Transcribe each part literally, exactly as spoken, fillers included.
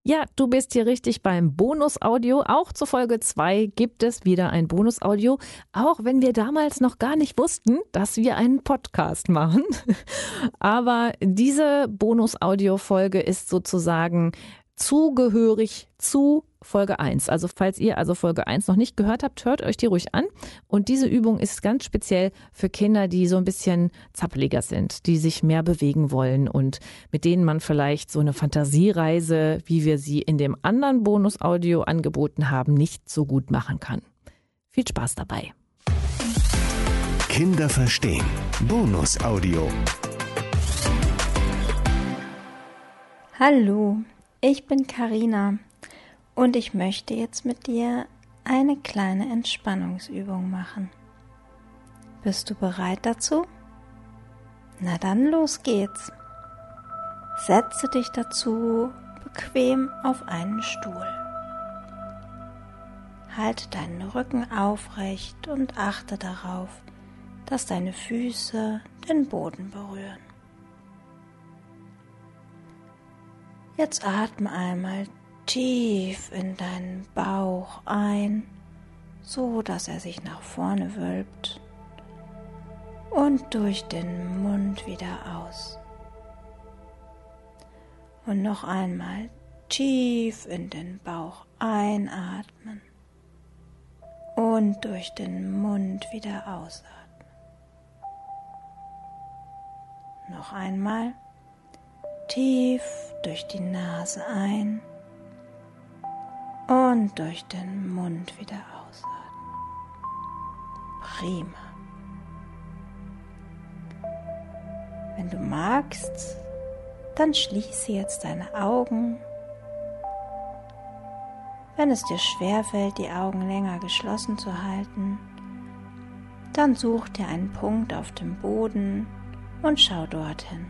Ja, du bist hier richtig beim Bonusaudio. Auch zur Folge zwei gibt es wieder ein Bonusaudio, auch wenn wir damals noch gar nicht wussten, dass wir einen Podcast machen. Aber diese Bonusaudio-Folge ist sozusagen zugehörig zu Folge eins. Also falls ihr also Folge eins noch nicht gehört habt, hört euch die ruhig an. Und diese Übung ist ganz speziell für Kinder, die so ein bisschen zappeliger sind, die sich mehr bewegen wollen und mit denen man vielleicht so eine Fantasiereise, wie wir sie in dem anderen Bonusaudio angeboten haben, nicht so gut machen kann. Viel Spaß dabei. Kinder verstehen. Bonusaudio. Hallo, ich bin Carina und ich möchte jetzt mit dir eine kleine Entspannungsübung machen. Bist du bereit dazu? Na dann, los geht's. Setze dich dazu bequem auf einen Stuhl. Halte deinen Rücken aufrecht und achte darauf, dass deine Füße den Boden berühren. Jetzt atme einmal tief in deinen Bauch ein, so dass er sich nach vorne wölbt, und durch den Mund wieder aus. Und noch einmal tief in den Bauch einatmen und durch den Mund wieder ausatmen. Noch einmal tief durch die Nase ein und durch den Mund wieder ausatmen. Prima. Wenn du magst, dann schließe jetzt deine Augen. Wenn es dir schwerfällt, die Augen länger geschlossen zu halten, dann such dir einen Punkt auf dem Boden und schau dorthin.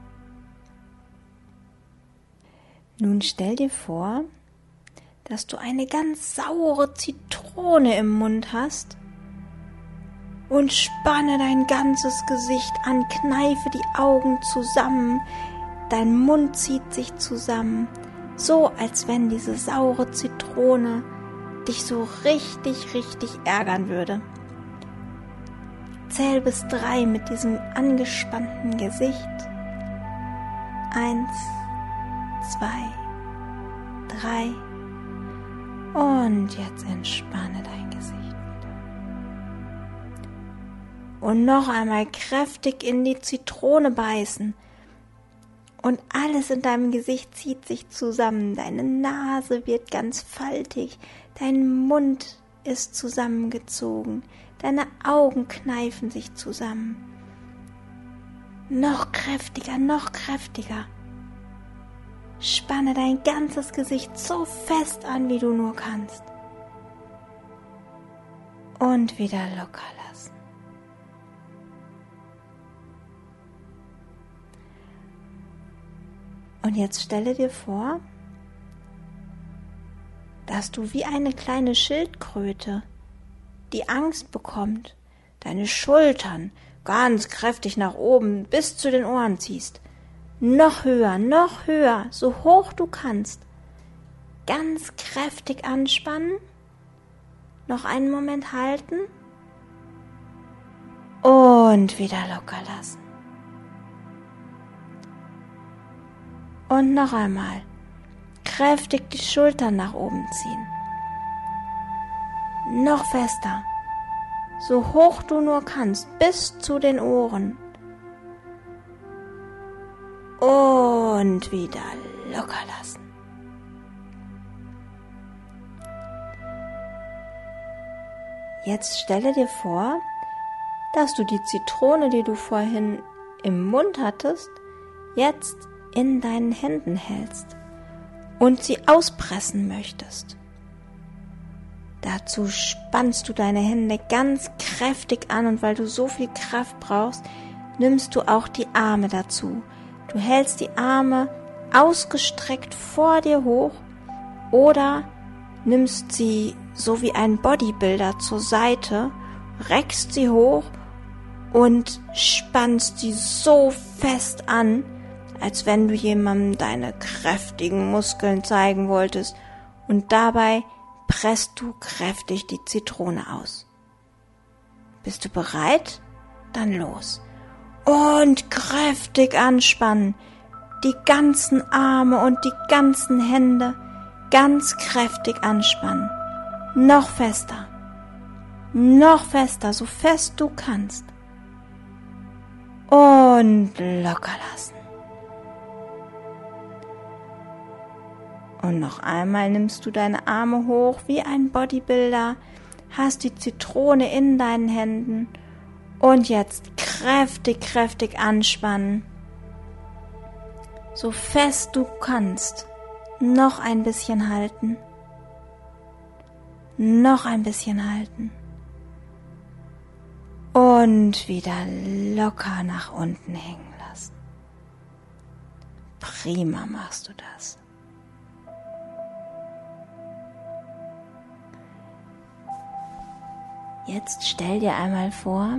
Nun stell dir vor, dass du eine ganz saure Zitrone im Mund hast und spanne dein ganzes Gesicht an, kneife die Augen zusammen, dein Mund zieht sich zusammen, so als wenn diese saure Zitrone dich so richtig, richtig ärgern würde. Zähl bis drei mit diesem angespannten Gesicht. Eins, zwei, drei. Und jetzt entspanne dein Gesicht wieder. Und noch einmal kräftig in die Zitrone beißen. Und alles in deinem Gesicht zieht sich zusammen. Deine Nase wird ganz faltig. Dein Mund ist zusammengezogen. Deine Augen kneifen sich zusammen. Noch kräftiger, noch kräftiger. Spanne dein ganzes Gesicht so fest an, wie du nur kannst. Und wieder locker lassen. Und jetzt stelle dir vor, dass du wie eine kleine Schildkröte, die Angst bekommt, deine Schultern ganz kräftig nach oben bis zu den Ohren ziehst. Noch höher, noch höher, so hoch du kannst. Ganz kräftig anspannen. Noch einen Moment halten. Und wieder locker lassen. Und noch einmal. Kräftig die Schultern nach oben ziehen. Noch fester. So hoch du nur kannst, bis zu den Ohren. Und wieder locker lassen. Jetzt stelle dir vor, dass du die Zitrone, die du vorhin im Mund hattest, jetzt in deinen Händen hältst und sie auspressen möchtest. Dazu spannst du deine Hände ganz kräftig an und weil du so viel Kraft brauchst, nimmst du auch die Arme dazu. Du hältst die Arme ausgestreckt vor dir hoch oder nimmst sie so wie ein Bodybuilder zur Seite, reckst sie hoch und spannst sie so fest an, als wenn du jemandem deine kräftigen Muskeln zeigen wolltest und dabei presst du kräftig die Zitrone aus. Bist du bereit? Dann los. Und kräftig anspannen. Die ganzen Arme und die ganzen Hände ganz kräftig anspannen. Noch fester. Noch fester, so fest du kannst. Und locker lassen. Und noch einmal nimmst du deine Arme hoch wie ein Bodybuilder, hast die Zitrone in deinen Händen und jetzt kräftig, kräftig anspannen. So fest du kannst. Noch ein bisschen halten. Noch ein bisschen halten. Und wieder locker nach unten hängen lassen. Prima machst du das. Jetzt stell dir einmal vor,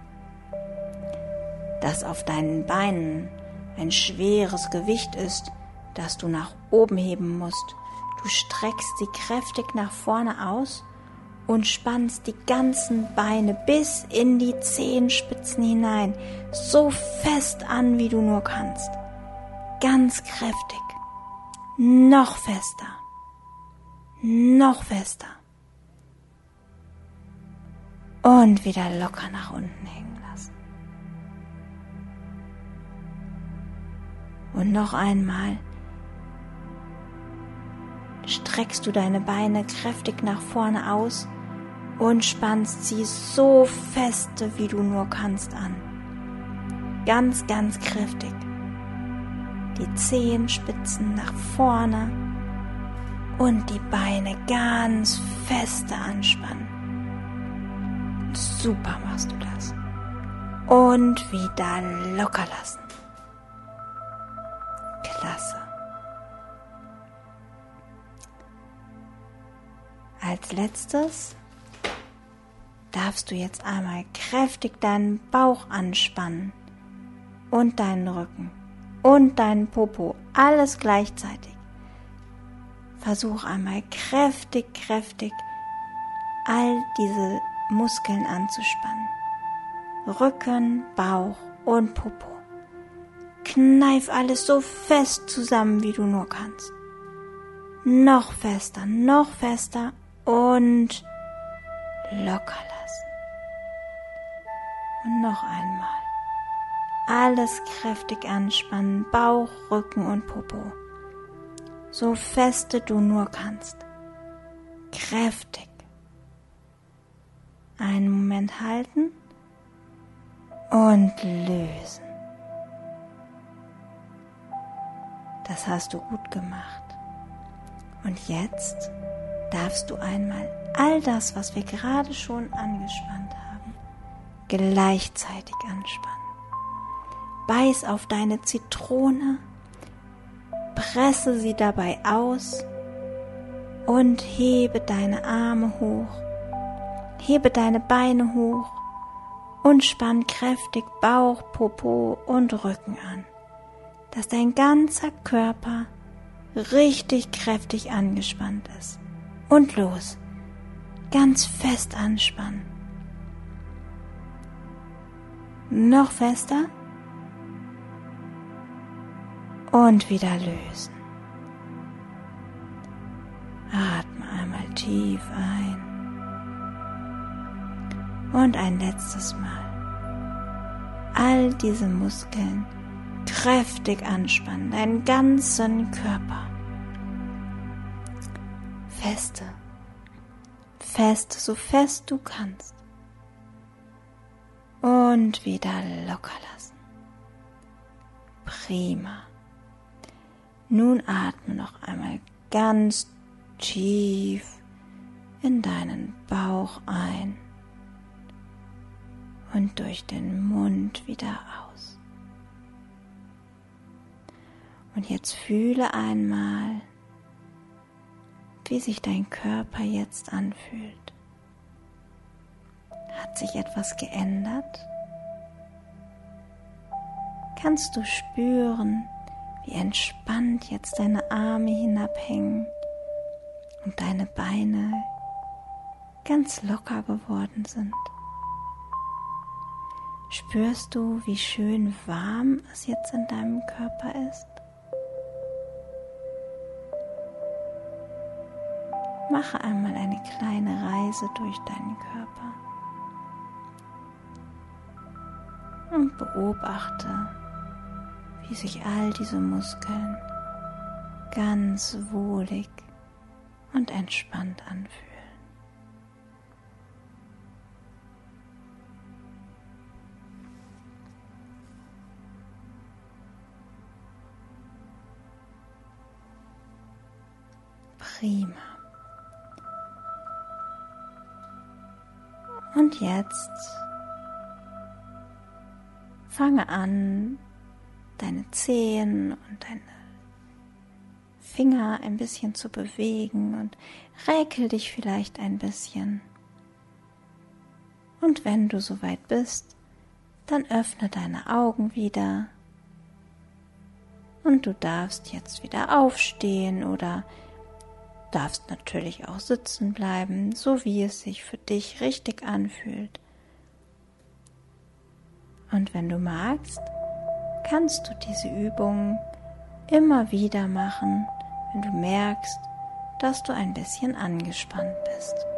dass auf deinen Beinen ein schweres Gewicht ist, das du nach oben heben musst. Du streckst sie kräftig nach vorne aus und spannst die ganzen Beine bis in die Zehenspitzen hinein, so fest an, wie du nur kannst. Ganz kräftig. Noch fester. Noch fester. Und wieder locker nach unten hängen lassen. Und noch einmal streckst du deine Beine kräftig nach vorne aus und spannst sie so feste, wie du nur kannst, an. Ganz, ganz kräftig. Die Zehenspitzen nach vorne und die Beine ganz feste anspannen. Super machst du das. Und wieder locker lassen. Klasse. Als letztes darfst du jetzt einmal kräftig deinen Bauch anspannen und deinen Rücken und deinen Popo, alles gleichzeitig. Versuch einmal kräftig, kräftig all diese Muskeln anzuspannen. Rücken, Bauch und Popo. Kneif alles so fest zusammen, wie du nur kannst. Noch fester, noch fester und locker lassen. Und noch einmal. Alles kräftig anspannen, Bauch, Rücken und Popo. So feste du nur kannst. Kräftig. Einen Moment halten und lösen. Das hast du gut gemacht. Und jetzt darfst du einmal all das, was wir gerade schon angespannt haben, gleichzeitig anspannen. Beiß auf deine Zitrone, presse sie dabei aus und hebe deine Arme hoch. Hebe deine Beine hoch und spann kräftig Bauch, Popo und Rücken an, dass dein ganzer Körper richtig kräftig angespannt ist. Und los, ganz fest anspannen. Noch fester und wieder lösen. Atme einmal tief ein. Und ein letztes Mal. All diese Muskeln kräftig anspannen, deinen ganzen Körper. Feste, feste, so fest du kannst. Und wieder locker lassen. Prima. Nun atme noch einmal ganz tief in deinen Bauch ein. Und durch den Mund wieder aus. Und jetzt fühle einmal, wie sich dein Körper jetzt anfühlt. Hat sich etwas geändert? Kannst du spüren, wie entspannt jetzt deine Arme hinabhängen und deine Beine ganz locker geworden sind. Spürst du, wie schön warm es jetzt in deinem Körper ist? Mache einmal eine kleine Reise durch deinen Körper und beobachte, wie sich all diese Muskeln ganz wohlig und entspannt anfühlen. Prima. Und jetzt fange an, deine Zehen und deine Finger ein bisschen zu bewegen und räkel dich vielleicht ein bisschen. Und wenn du soweit bist, dann öffne deine Augen wieder und du darfst jetzt wieder aufstehen oder darfst natürlich auch sitzen bleiben, so wie es sich für dich richtig anfühlt. Und wenn du magst, kannst du diese Übung immer wieder machen, wenn du merkst, dass du ein bisschen angespannt bist.